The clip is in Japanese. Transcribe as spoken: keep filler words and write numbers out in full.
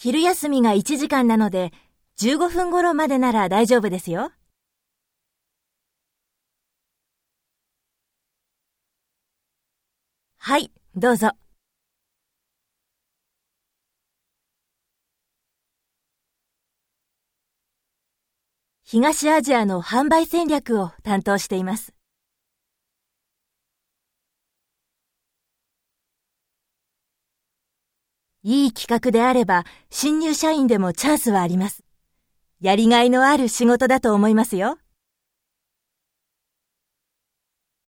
昼休みがいちじかんなので、じゅうごふん頃までなら大丈夫ですよ。はい、どうぞ。東アジアの販売戦略を担当しています。いい企画であれば、新入社員でもチャンスはあります。やりがいのある仕事だと思いますよ。